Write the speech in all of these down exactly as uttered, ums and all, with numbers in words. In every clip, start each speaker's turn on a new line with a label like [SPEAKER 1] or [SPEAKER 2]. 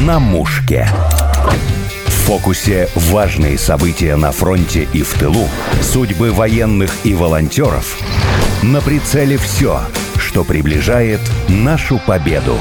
[SPEAKER 1] на мушке. В фокусе важные события на фронте и в тылу, судьбы военных и волонтеров. На прицеле все, что приближает нашу победу.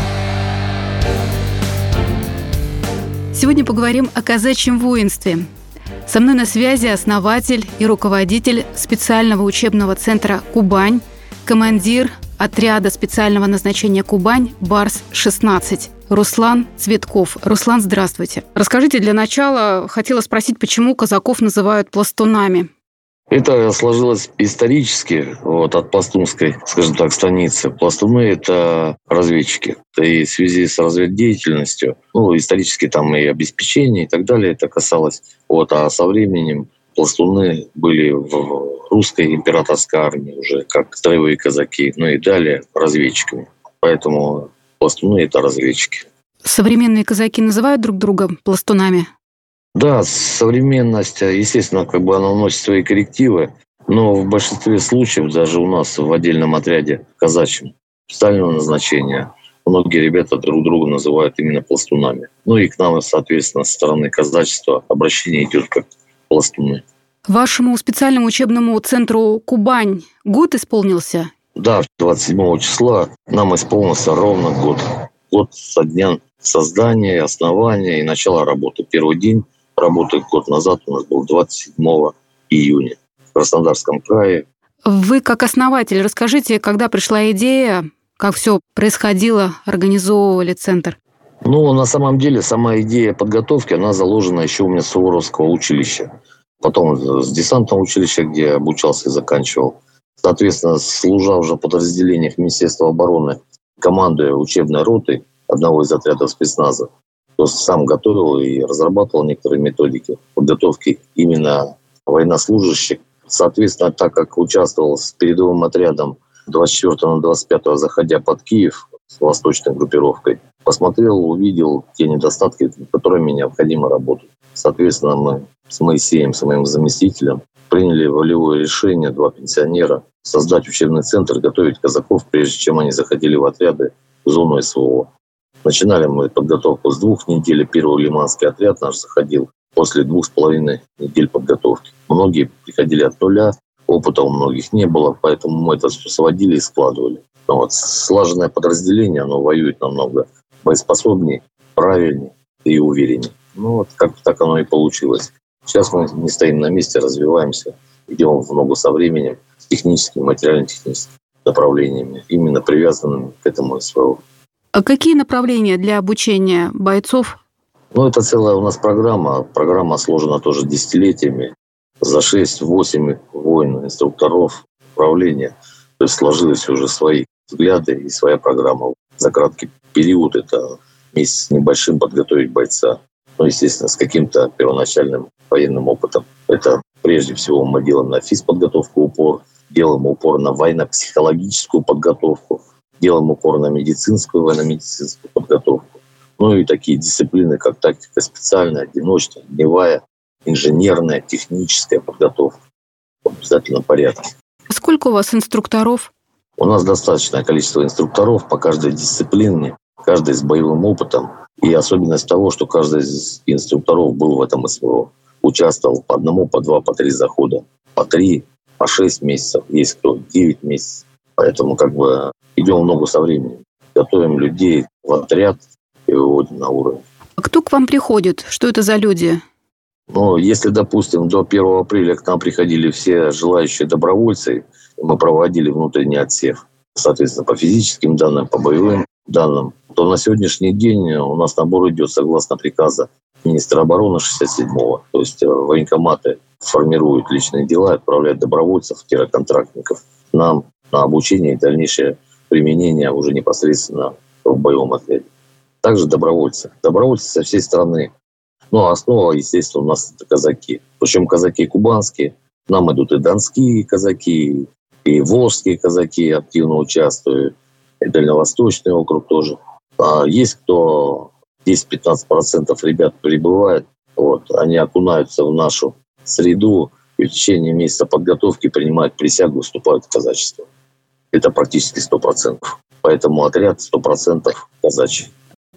[SPEAKER 2] Сегодня поговорим о казачьем воинстве. Со мной на связи основатель и руководитель специального учебного центра «Кубань», командир отряда специального назначения «Кубань» Барс шестнадцать Руслан Цветков. Руслан, здравствуйте. Расскажите, для начала хотела спросить, почему казаков называют пластунами?
[SPEAKER 3] Это сложилось исторически, вот, от пластунской, скажем так, станицы. Пластуны – это разведчики. И в связи с разведдеятельностью, ну, исторически там и обеспечение и так далее это касалось. Вот, а со временем пластуны были в русской императорской армии уже как строевые казаки, ну и далее разведчиками. Поэтому пластуны – это разведчики.
[SPEAKER 2] Современные казаки называют друг друга пластунами?
[SPEAKER 3] Да, современность, естественно, как бы она вносит свои коррективы, но в большинстве случаев, даже у нас в отдельном отряде казачьем специального назначения, многие ребята друг друга называют именно пластунами. Ну и к нам, соответственно, со стороны казачества обращение идет как пластуны.
[SPEAKER 2] Вашему специальному учебному центру «Кубань» год исполнился?
[SPEAKER 3] Да, двадцать седьмого числа нам исполнился ровно год. Год со дня создания, основания и начала работы. Первый день работы год назад у нас был двадцать седьмого июня в Краснодарском крае.
[SPEAKER 2] Вы как основатель, расскажите, когда пришла идея, как все происходило, организовывали центр?
[SPEAKER 3] Ну, на самом деле, сама идея подготовки, она заложена еще у меня с Суворовского училища. Потом с десантного училища, где я обучался и заканчивал. Соответственно, служа уже в подразделениях Министерства обороны, командуя учебной ротой одного из отрядов спецназа, то сам готовил и разрабатывал некоторые методики подготовки именно военнослужащих. Соответственно, так как участвовал с передовым отрядом двадцать четвёртого на двадцать пятое, заходя под Киев с восточной группировкой, посмотрел, увидел те недостатки, которыми необходимо работать. Соответственно, мы с Моисеем, с моим заместителем, приняли волевое решение, два пенсионера, создать учебный центр, готовить казаков, прежде чем они заходили в отряды в зону СВО. Начинали мы подготовку с двух недель. Первый лиманский отряд наш заходил после двух с половиной недель подготовки. Многие приходили от нуля, опыта у многих не было, поэтому мы это все сводили и складывали. Но вот слаженное подразделение, оно воюет намного боеспособнее, правильнее и увереннее. Ну вот как так оно и получилось. Сейчас мы не стоим на месте, развиваемся, идем в ногу со временем, с техническими, материально-техническими направлениями, именно привязанными к этому СВО.
[SPEAKER 2] А какие направления для обучения бойцов?
[SPEAKER 3] Ну, это целая у нас программа. Программа сложена тоже десятилетиями. За шесть-восемь войн, инструкторов, управления. То есть сложились уже свои взгляды и своя программа. За краткий период, это месяц с небольшим, подготовить бойца. Ну, естественно, с каким-то первоначальным военным опытом. Это прежде всего мы делаем на физподготовку упор, делаем упор на военно-психологическую подготовку, делаем упор на медицинскую, военно-медицинскую подготовку. Ну и такие дисциплины, как тактика специальная, одиночная, дневая, инженерная, техническая подготовка в обязательном порядке.
[SPEAKER 2] Сколько у вас инструкторов?
[SPEAKER 3] У нас достаточное количество инструкторов по каждой дисциплине, каждый с боевым опытом. И особенность того, что каждый из инструкторов был в этом СВО. Участвовал по одному, по два, по три захода. По три, по шесть месяцев. Есть кто девять месяцев. Поэтому как бы идем в ногу со временем. Готовим людей в отряд и выводим на уровень.
[SPEAKER 2] А кто к вам приходит? Что это за люди?
[SPEAKER 3] Ну, если, допустим, до первого апреля к нам приходили все желающие добровольцы, мы проводили внутренний отсев, соответственно, по физическим данным, по боевым данным, то на сегодняшний день у нас набор идет согласно приказа министра обороны шестьдесят седьмого. То есть военкоматы формируют личные дела, отправляют добровольцев-контрактников нам на обучение и дальнейшее применение уже непосредственно в боевом отряде. Также добровольцы. Добровольцы со всей страны. Ну, а основа, естественно, у нас это казаки. Причем казаки кубанские. Нам идут и донские казаки, и волжские казаки активно участвуют, и дальневосточный округ тоже. А есть кто, десять-пятнадцать процентов ребят прибывает, вот, они окунаются в нашу среду и в течение месяца подготовки принимают присягу, вступают в казачество. Это практически сто процентов. Поэтому отряд сто процентов казачий.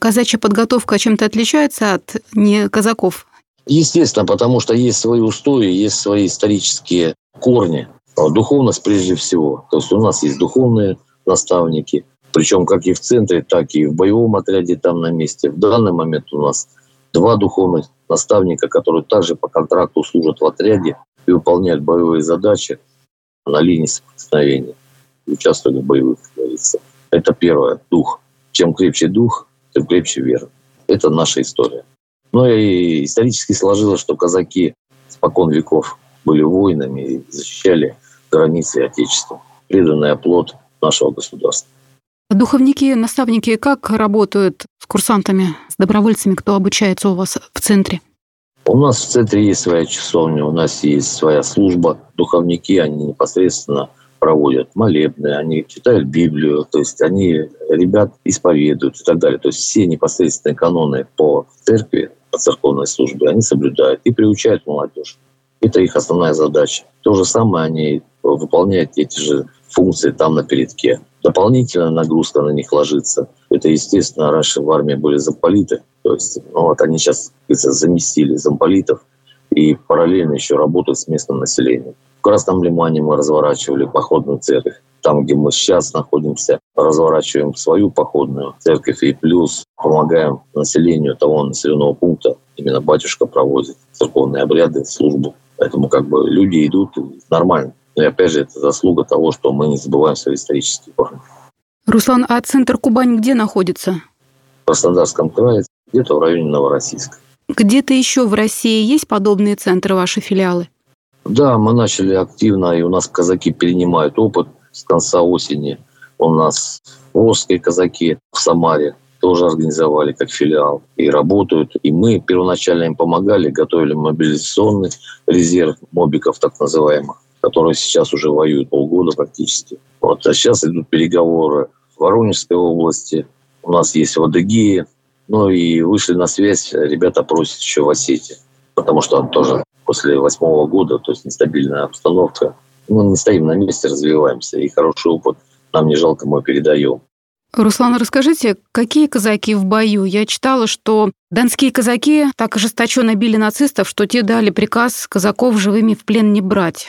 [SPEAKER 2] Казачья подготовка чем-то отличается от не казаков?
[SPEAKER 3] Естественно, потому что есть свои устои, есть свои исторические корни. Духовность прежде всего. То есть у нас есть духовные наставники, причем как и в центре, так и в боевом отряде там на месте. В данный момент у нас два духовных наставника, которые также по контракту служат в отряде и выполняют боевые задачи на линии соприкосновения, участвуют в боевых, как говорится. Это первое, дух. Чем крепче дух, тем крепче вера. Это наша история. Ну и исторически сложилось, что казаки спокон веков были воинами и защищали границы Отечества. Преданный оплот нашего государства.
[SPEAKER 2] Духовники, наставники как работают с курсантами, с добровольцами, кто обучается у вас в центре?
[SPEAKER 3] У нас в центре есть своя часовня, у нас есть своя служба. Духовники, они непосредственно проводят молебны, они читают Библию, то есть они ребят исповедуют и так далее. То есть все непосредственные каноны по церкви, по церковной службе, они соблюдают и приучают молодежь. Это их основная задача. То же самое они выполняют эти же функции там на передке. Дополнительная нагрузка на них ложится. Это, естественно, раньше в армии были замполиты. То есть ну, вот они сейчас заместили замполитов и параллельно еще работают с местным населением. В Красном Лимане мы разворачивали походную церковь. Там, где мы сейчас находимся, разворачиваем свою походную церковь и плюс помогаем населению того населенного пункта. Именно батюшка проводит церковные обряды, службу. Поэтому как бы люди идут нормально. И опять же, это заслуга того, что мы не забываем свои исторические корни.
[SPEAKER 2] Руслан, а центр Кубань где находится?
[SPEAKER 3] В Краснодарском крае, где-то в районе Новороссийска.
[SPEAKER 2] Где-то еще в России есть подобные центры, ваши филиалы?
[SPEAKER 3] Да, мы начали активно, и у нас казаки перенимают опыт с конца осени. У нас волжские казаки в Самаре тоже организовали как филиал и работают. И мы первоначально им помогали, готовили мобилизационный резерв мобиков так называемых, которые сейчас уже воюют полгода практически. Вот. А сейчас идут переговоры в Воронежской области, у нас есть в Адыгее. Ну и вышли на связь, ребята просят еще в Осетии, потому что тоже после восьмого года, то есть нестабильная обстановка. Мы не стоим на месте, развиваемся, и хороший опыт нам не жалко, мы передаем.
[SPEAKER 2] Руслан, расскажите, какие казаки в бою? Я читала, что донские казаки так ожесточенно били нацистов, что те дали приказ казаков живыми в плен не брать.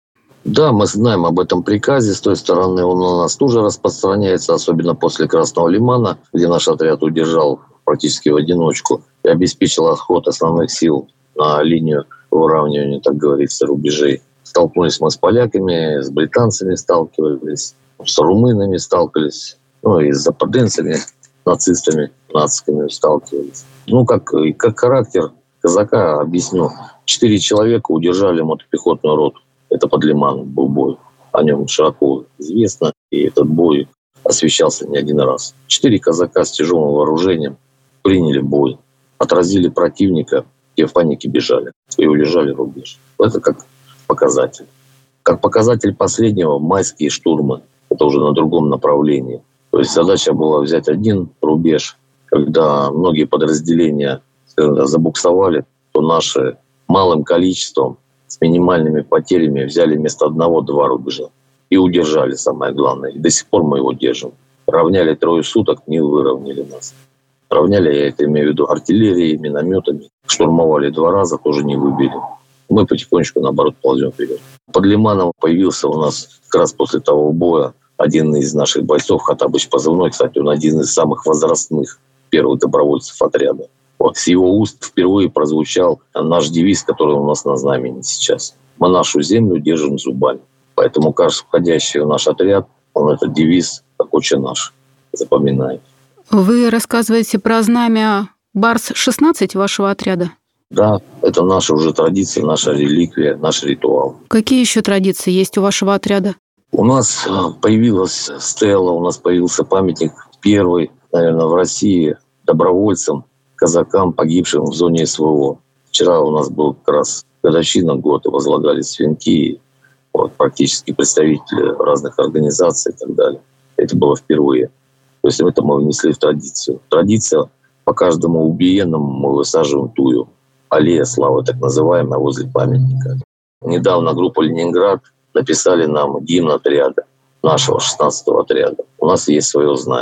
[SPEAKER 3] Да, мы знаем об этом приказе. С той стороны он у нас тоже распространяется, особенно после Красного Лимана, где наш отряд удержал практически в одиночку и обеспечил отход основных сил на линию выравнивания, так говорится, рубежей. Столкнулись мы с поляками, с британцами сталкивались, с румынами сталкивались, ну и с западенцами, нацистами, нациками сталкивались. Ну, как, как характер казака, объясню. Четыре человека удержали мотопехотную роту. Это под Лиманом был бой. О нем широко известно, и этот бой освещался не один раз. Четыре казака с тяжелым вооружением приняли бой, отразили противника, и в панике бежали и удержали рубеж. Это как показатель. Как показатель последнего — майские штурмы. Это уже на другом направлении. То есть задача была взять один рубеж. Когда многие подразделения забуксовали, то наши малым количеством, с минимальными потерями взяли вместо одного-два рубежа. И удержали, самое главное. И до сих пор мы его держим. Равняли трое суток, не выровняли нас. Равняли, я это имею в виду, артиллерией, минометами. Штурмовали два раза, тоже не выбили. Мы потихонечку, наоборот, ползем вперед. Под Лиманом появился у нас как раз после того боя один из наших бойцов, Хатабыч позывной, кстати, он один из самых возрастных первых добровольцев отряда. Вот с его уст впервые прозвучал наш девиз, который у нас на знамени сейчас. Мы нашу землю держим зубами. Поэтому каждый входящий в наш отряд, он этот девиз как отче наш запоминает.
[SPEAKER 2] Вы рассказываете про знамя Барс шестнадцать вашего отряда?
[SPEAKER 3] Да, это наша уже традиция, наша реликвия, наш ритуал.
[SPEAKER 2] Какие еще традиции есть у вашего отряда?
[SPEAKER 3] У нас появилась стела, у нас появился памятник первый, наверное, в России добровольцам, казакам, погибшим в зоне СВО. Вчера у нас был как раз годовщина года, возлагались венки, вот, практически представители разных организаций и так далее. Это было впервые. То есть это мы внесли в традицию. Традиция: по каждому убиенному мы высаживаем тую. Аллея славы, так называемая, возле памятника. Недавно группа «Ленинград» написали нам гимн отряда, нашего шестнадцатого отряда. У нас есть свое знамя.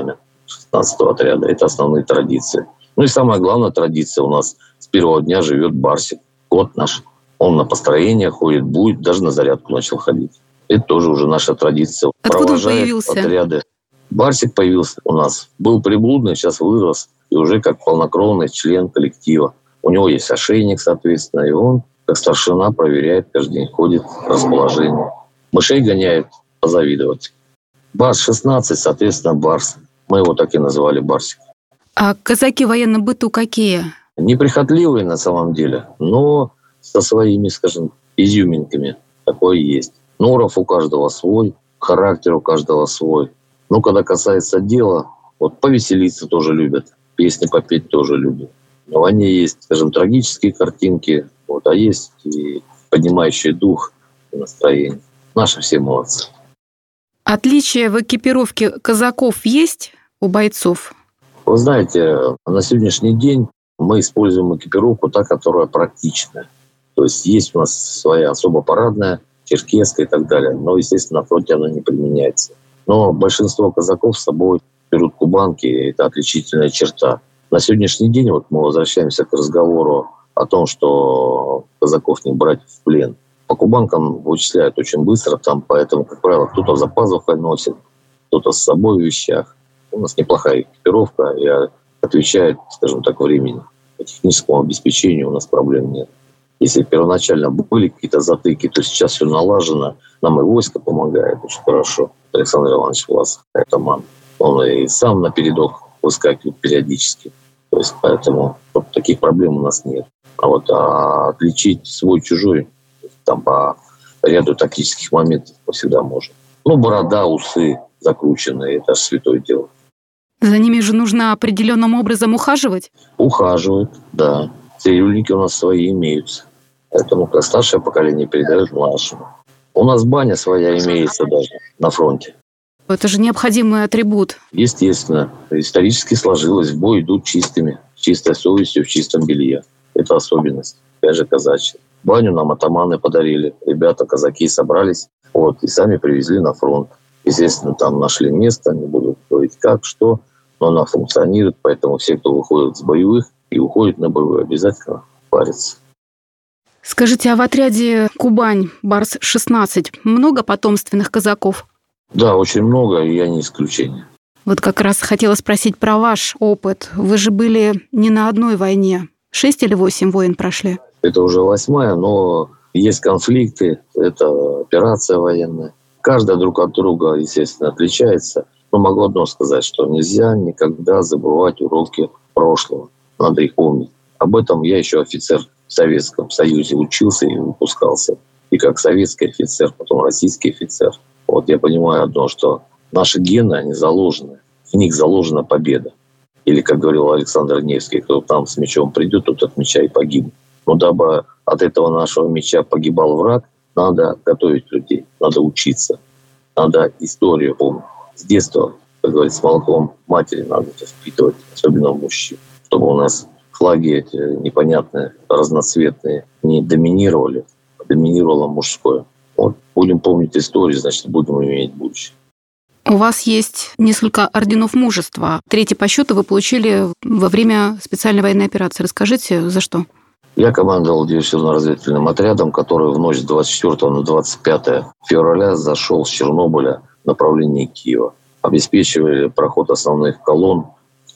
[SPEAKER 3] шестнадцатого отряда. Это основные традиции. Ну и самая главная традиция у нас с первого дня живет Барсик, кот наш. Он на построение ходит, будет, даже на зарядку начал ходить. Это тоже уже наша традиция.
[SPEAKER 2] Откуда он появился?
[SPEAKER 3] Отряды. Барсик появился у нас. Был приблудный, сейчас вырос. И уже как полнокровный член коллектива. У него есть ошейник, соответственно. И он, как старшина, проверяет, каждый день ходит расположение. Мышей гоняет, позавидовать. Барс шестнадцать, соответственно, Барс. Мы его так и называли Барсик.
[SPEAKER 2] А казаки военного быту какие?
[SPEAKER 3] Неприхотливые на самом деле, но со своими, скажем, изюминками. Такое есть. Норов у каждого свой, характер у каждого свой. Ну, когда касается дела, вот повеселиться тоже любят, песни попеть тоже любят. На войне есть, скажем, трагические картинки, вот, а есть и поднимающий дух и настроение. Наши все молодцы.
[SPEAKER 2] Отличия в экипировке казаков есть у бойцов?
[SPEAKER 3] Вы знаете, на сегодняшний день мы используем экипировку, та, которая практичная. То есть есть у нас своя особо парадная, черкесская и так далее. Но, естественно, на фронте она не применяется. Но большинство казаков с собой берут кубанки, и это отличительная черта. На сегодняшний день вот мы возвращаемся к разговору о том, что казаков не брать в плен. По кубанкам вычисляют очень быстро, там, поэтому, как правило, кто-то за пазухой носит, кто-то с собой в вещах. У нас неплохая экипировка и отвечает, скажем так, времени. По техническому обеспечению у нас проблем нет. Если первоначально были какие-то затыки, то сейчас все налажено. Нам и войско помогает очень хорошо. Александр Иванович Власов, атаман. Он и сам напередок выскакивает периодически. То есть поэтому вот, таких проблем у нас нет. А вот а отличить свой-чужой там по ряду тактических моментов мы всегда можем. Ну, борода, усы закрученные, это святое дело.
[SPEAKER 2] За ними же нужно определенным образом ухаживать?
[SPEAKER 3] Ухаживают, да. Цирюльники у нас свои имеются. Поэтому как старшее поколение передает младшему. У нас баня своя имеется даже на фронте.
[SPEAKER 2] Это же необходимый атрибут.
[SPEAKER 3] Естественно. Исторически сложилось. В бой идут чистыми. С чистой совестью, в чистом белье. Это особенность. Опять же, казачья. Баню нам атаманы подарили. Ребята, казаки собрались. Вот, и сами привезли на фронт. Естественно, там нашли место. Не буду говорить как, что. Но она функционирует. Поэтому все, кто выходит с боевых и уходит на боевые, обязательно парятся.
[SPEAKER 2] Скажите, а в отряде Кубань, Барс шестнадцать, много потомственных казаков?
[SPEAKER 3] Да, очень много, и я не исключение.
[SPEAKER 2] Вот как раз хотела спросить про ваш опыт. Вы же были не на одной войне. Шесть или восемь войн прошли?
[SPEAKER 3] Это уже восьмая, но есть конфликты, это операция военная. Каждая друг от друга, естественно, отличается. Но могу одно сказать, что нельзя никогда забывать уроки прошлого. Надо их помнить. Об этом я еще офицер в Советском Союзе учился и выпускался. И как советский офицер, потом российский офицер. Вот я понимаю одно, что наши гены, они заложены. В них заложена победа. Или, как говорил Александр Невский, кто там с мечом придет, тот от меча и погибнет. Но дабы от этого нашего меча погибал враг, надо готовить людей, надо учиться. Надо историю помнить. С детства, как говорится, с молоком матери надо воспитывать, особенно у мужчин. Чтобы у нас флаги эти непонятные, разноцветные не доминировали, а доминировало мужское. Вот. Будем помнить историю, значит, будем иметь будущее.
[SPEAKER 2] У вас есть несколько орденов мужества. Третий по счету вы получили во время специальной военной операции. Расскажите, за что?
[SPEAKER 3] Я командовал диверсионно-разведывательным отрядом, который в ночь с двадцать четвёртого на двадцать пятое февраля зашел с Чернобыля в направлении Киева. Обеспечивали проход основных колонн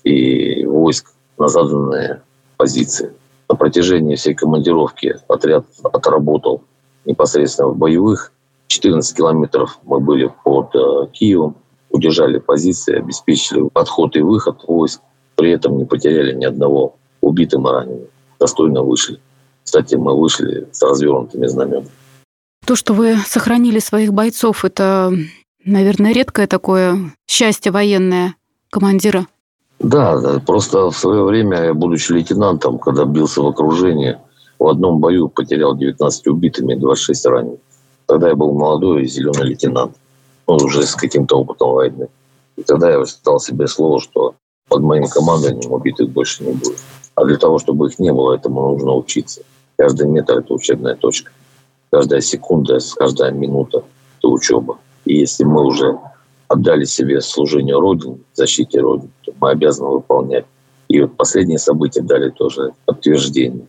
[SPEAKER 3] и войск на заданные позиции. На протяжении всей командировки отряд отработал непосредственно в боевых. четырнадцать километров мы были под э, Киевом, удержали позиции, обеспечили подход и выход войск. При этом не потеряли ни одного убитым и раненым. Достойно вышли. Кстати, мы вышли с развернутыми знаменами.
[SPEAKER 2] То, что вы сохранили своих бойцов, это, наверное, редкое такое счастье военное командира.
[SPEAKER 3] Да, да, просто в свое время, будучи лейтенантом, когда бился в окружении, в одном бою потерял девятнадцать убитыми и двадцать шесть раненых. Тогда я был молодой зеленый лейтенант, ну, уже с каким-то опытом войны. И тогда я дал себе слово, что под моим командованием убитых больше не будет. А для того, чтобы их не было, этому нужно учиться. Каждый метр – это учебная точка. Каждая секунда, каждая минута – это учеба. И если мы уже отдали себе служению Родине, защите Родины. Мы обязаны выполнять. И вот последние события дали тоже подтверждение.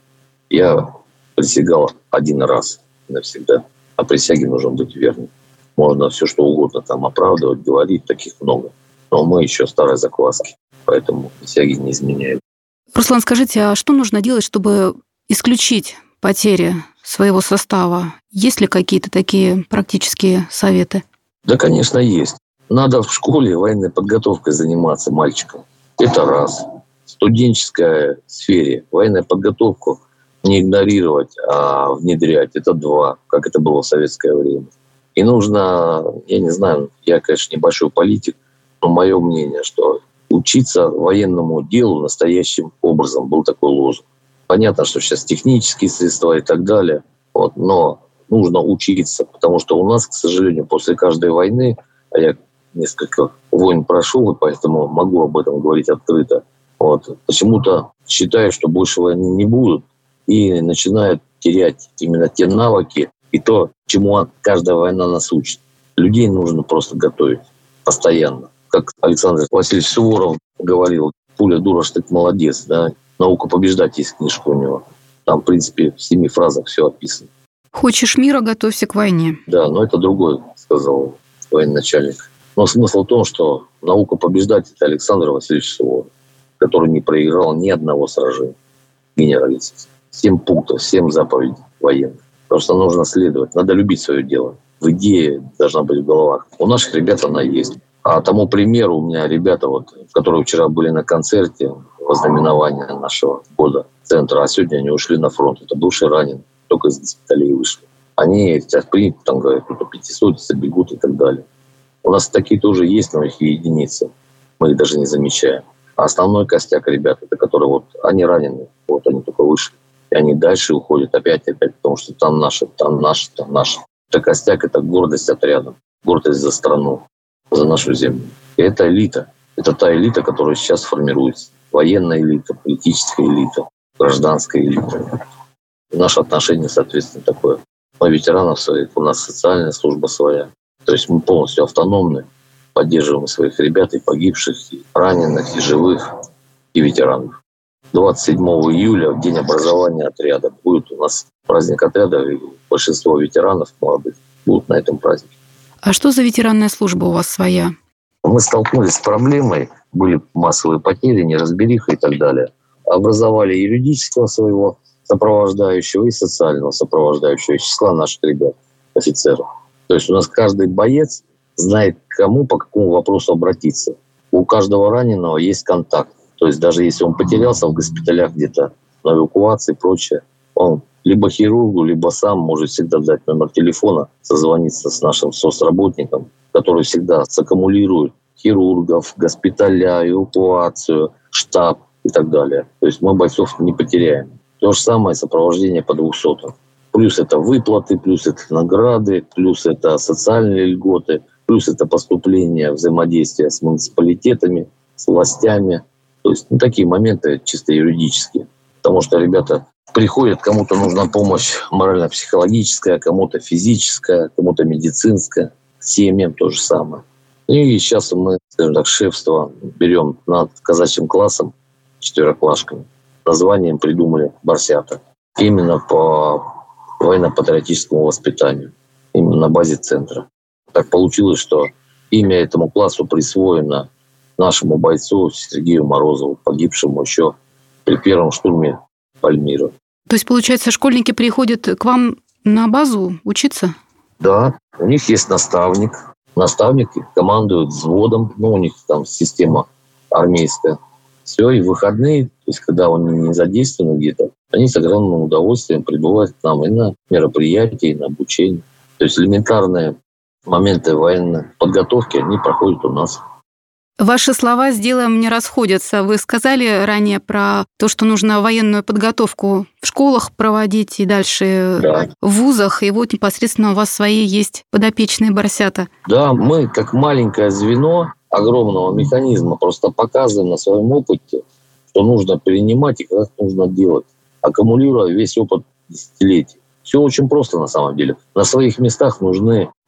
[SPEAKER 3] Я присягал один раз навсегда, а присяге нужно быть верным. Можно все что угодно там оправдывать, говорить, таких много. Но мы еще старой закваски, поэтому присяги не изменяем.
[SPEAKER 2] Руслан, скажите, а что нужно делать, чтобы исключить потери своего состава? Есть ли какие-то такие практические советы?
[SPEAKER 3] Да, конечно, есть. Надо в школе военной подготовкой заниматься мальчикам. Это раз. В студенческой сфере военную подготовку не игнорировать, а внедрять. Это два, как это было в советское время. И нужно, я не знаю, я, конечно, небольшой политик, но мое мнение, что учиться военному делу настоящим образом. Был такой лозунг. Понятно, что сейчас технические средства и так далее, вот, но нужно учиться, потому что у нас, к сожалению, после каждой войны, а я несколько войн прошел, и поэтому могу об этом говорить открыто, вот, почему-то считаю, что больше войны не будут, и начинают терять именно те навыки и то, чему каждая война нас учит. Людей нужно просто готовить постоянно. Как Александр Васильевич Суворов говорил, пуля дура, штык молодец. Да? «Наука побеждать» есть книжка у него. Там, в принципе, в семи фразах все описано.
[SPEAKER 2] Хочешь мира, готовься к войне.
[SPEAKER 3] Да, но это другой, сказал военачальник. Но смысл в том, что «Наука побеждать» — это Александр Васильевич Суворов, который не проиграл ни одного сражения. Генералиссимус. Семь пунктов, семь заповедей военных. Потому что нужно следовать, надо любить свое дело. В идее должна быть в головах. У наших ребят она есть. А тому примеру у меня ребята, вот, которые вчера были на концерте вознаменования нашего года центра, а сегодня они ушли на фронт. Это бывшие раненые, только из госпиталей вышли. Они сейчас принято, там говорят, кто-то пятисотицы бегут и так далее. У нас такие тоже есть, но их единицы. Мы их даже не замечаем. А основной костяк ребят, это которые вот, они раненые, вот они только вышли. И они дальше уходят опять и опять, потому что там наши, там наши, там наши. Это костяк, это гордость отряда, гордость за страну, за нашу землю. И это элита. Это та элита, которая сейчас формируется. Военная элита, политическая элита, гражданская элита. И наше отношение, соответственно, такое. Мы ветеранов своих, у нас социальная служба своя. То есть мы полностью автономны, поддерживаем своих ребят, и погибших, и раненых, и живых, и ветеранов. двадцать седьмого июля, в день образования отряда, будет у нас праздник отряда, и большинство ветеранов молодых будут на этом празднике.
[SPEAKER 2] А что за ветеранная служба у вас своя?
[SPEAKER 3] Мы столкнулись с проблемой, были массовые потери, неразбериха и так далее. Образовали юридического своего сопровождающего и социального сопровождающего из числа наших ребят, офицеров. То есть у нас каждый боец знает, к кому, по какому вопросу обратиться. У каждого раненого есть контакт. То есть даже если он потерялся в госпиталях где-то, на эвакуации и прочее, он либо хирургу, либо сам может всегда дать номер телефона, созвониться с нашим соцработником, который всегда саккумулирует хирургов, госпиталя, эвакуацию, штаб и так далее. То есть мы бойцов не потеряем. То же самое сопровождение по двухсотым. Плюс это выплаты, плюс это награды, плюс это социальные льготы, плюс это поступление, взаимодействие с муниципалитетами, с властями. То есть ну, такие моменты чисто юридические. Потому что ребята приходят, кому-то нужна помощь морально-психологическая, кому-то физическая, кому-то медицинская, семьям то же самое. И сейчас мы, скажем так, шефство берем над казачьим классом, четвероклашками. Названием придумали «Барсята». Именно по военно-патриотическому воспитанию. Именно на базе центра. Так получилось, что имя этому классу присвоено нашему бойцу Сергею Морозову, погибшему еще при первом штурме Пальмиры.
[SPEAKER 2] То есть, получается, школьники приходят к вам на базу учиться?
[SPEAKER 3] Да, у них есть наставник. Наставник командует взводом, ну, у них там система армейская. Все, и в выходные, то есть когда они не задействованы где-то, они с огромным удовольствием прибывают к нам и на мероприятия, и на обучение. То есть элементарные моменты военной подготовки, они проходят у нас.
[SPEAKER 2] Ваши слова с делом не расходятся. Вы сказали ранее про то, что нужно военную подготовку в школах проводить и дальше
[SPEAKER 3] Да.
[SPEAKER 2] в вузах. И вот непосредственно у вас свои есть подопечные «Барсята».
[SPEAKER 3] Да, мы как маленькое звено огромного механизма просто показываем на своем опыте, что нужно перенимать и как нужно делать, аккумулируя весь опыт десятилетий. Все очень просто на самом деле. На своих местах нужны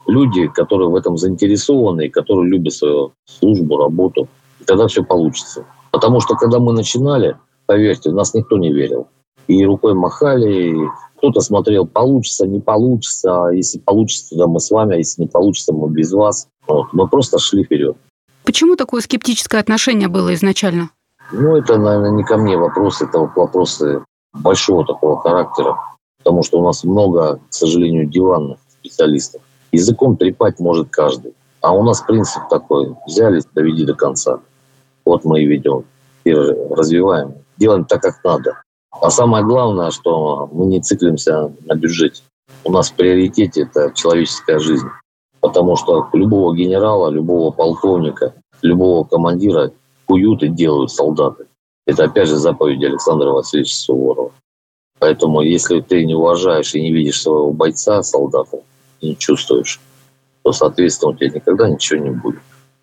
[SPEAKER 3] люди, которые в этом заинтересованы, которые любят свою службу, работу. И тогда все получится. Потому что когда мы начинали, поверьте, в нас никто не верил. И рукой махали, и кто-то смотрел, получится, не получится. А если получится, тогда мы с вами, а если не получится, мы без вас. Вот. Мы просто шли вперед.
[SPEAKER 2] Почему такое скептическое отношение было изначально?
[SPEAKER 3] Ну, это, наверное, не ко мне вопрос, это вопросы большого такого характера. Потому что у нас много, к сожалению, диванных специалистов. Языком трепать может каждый. А у нас принцип такой: взяли, доведи до конца. Вот мы и ведем, и развиваем. Делаем так, как надо. А самое главное, что мы не циклимся на бюджете. У нас в приоритете это человеческая жизнь. Потому что любого генерала, любого полковника, любого командира куют и делают солдаты. Это опять же заповедь Александра Васильевича Суворова. Поэтому если ты не уважаешь и не видишь своего бойца, солдата, и не чувствуешь, то, соответственно, у тебя никогда ничего не будет.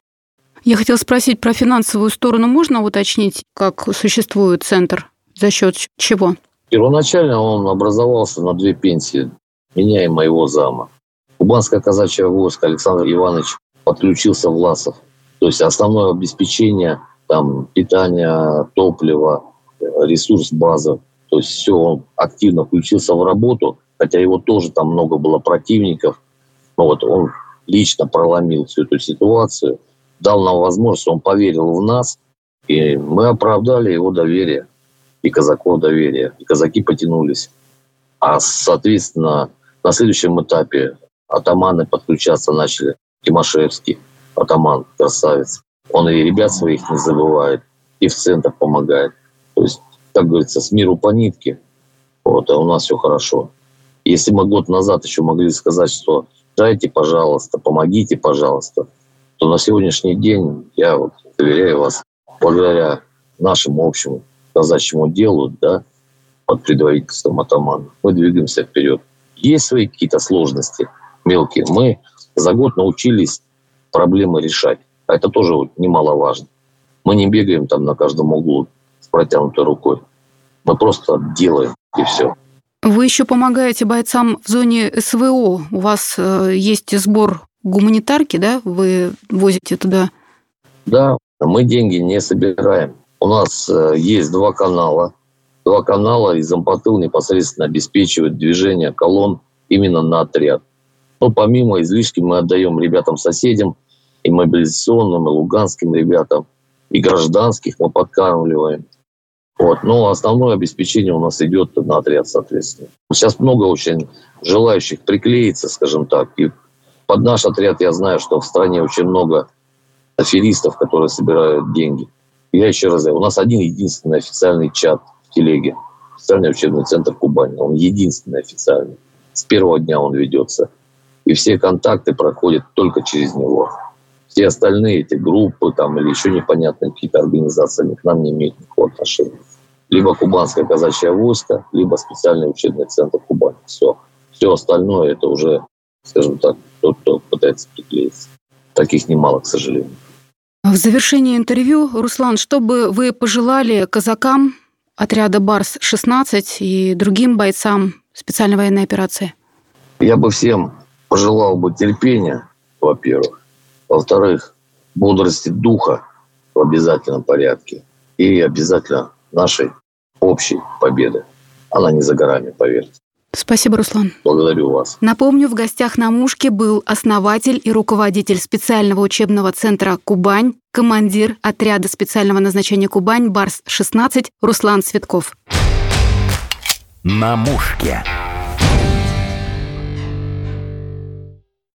[SPEAKER 2] Я хотела спросить про финансовую сторону. Можно уточнить, как существует центр? За счет чего?
[SPEAKER 3] Первоначально он образовался на две пенсии, меня и моего зама. Кубанское казачье войско Александр Иванович подключился в Власов. То есть основное обеспечение, там, питание, топливо, ресурс базы. То есть все, он активно включился в работу, хотя его тоже там много было противников. Но вот он лично проломил всю эту ситуацию, дал нам возможность, он поверил в нас, и мы оправдали его доверие, и казаков доверие, и казаки потянулись. А, соответственно, на следующем этапе атаманы подключаться начали. Тимошевский, атаман, красавец. Он и ребят своих не забывает, и в центр помогает. То есть, как говорится, с миру по нитке. Вот, а у нас все хорошо. Если мы год назад еще могли сказать, что дайте, пожалуйста, помогите, пожалуйста, то на сегодняшний день, я вот доверяю вас, благодаря нашему общему казачьему делу, да, под предводительством атамана, мы двигаемся вперед. Есть свои какие-то сложности мелкие. Мы за год научились проблемы решать. А это тоже немаловажно. Мы не бегаем там на каждом углу с протянутой рукой. Мы просто делаем, и все.
[SPEAKER 2] Вы еще помогаете бойцам в зоне СВО. У вас э, есть сбор гуманитарки, да? Вы возите туда?
[SPEAKER 3] Да, мы деньги не собираем. У нас э, есть два канала. Два канала, и зампотыл непосредственно обеспечивает движение колонн именно на отряд. Но помимо излишки мы отдаем ребятам-соседям, и мобилизационным, и луганским ребятам, и гражданских мы подкармливаем. Вот. Но основное обеспечение у нас идет на отряд, соответственно. Сейчас много очень желающих приклеиться, скажем так. И под наш отряд я знаю, что в стране очень много аферистов, которые собирают деньги. Я еще раз говорю, у нас один единственный официальный чат в телеге. Официальный учебный центр Кубани. Он единственный официальный. С первого дня он ведется. И все контакты проходят только через него. Все остальные эти группы там, или еще непонятные какие-то организации, они к нам не имеют никакого отношения. Либо Кубанское казачье войско, либо специальный учебный центр Кубани. Все. Все остальное это уже, скажем так, тот, кто пытается приклеиться. Таких немало, к сожалению.
[SPEAKER 2] В завершении интервью, Руслан, что бы вы пожелали казакам отряда Барс шестнадцать и другим бойцам специальной военной операции?
[SPEAKER 3] Я бы всем пожелал бы терпения, во-первых. Во-вторых, бодрости духа в обязательном порядке. И обязательно нашей общей победы. Она не за горами, поверьте.
[SPEAKER 2] Спасибо, Руслан.
[SPEAKER 3] Благодарю вас.
[SPEAKER 2] Напомню, в гостях на Мушке был основатель и руководитель специального учебного центра «Кубань», командир отряда специального назначения «Кубань» Барс шестнадцать Руслан Цветков.
[SPEAKER 1] На Мушке.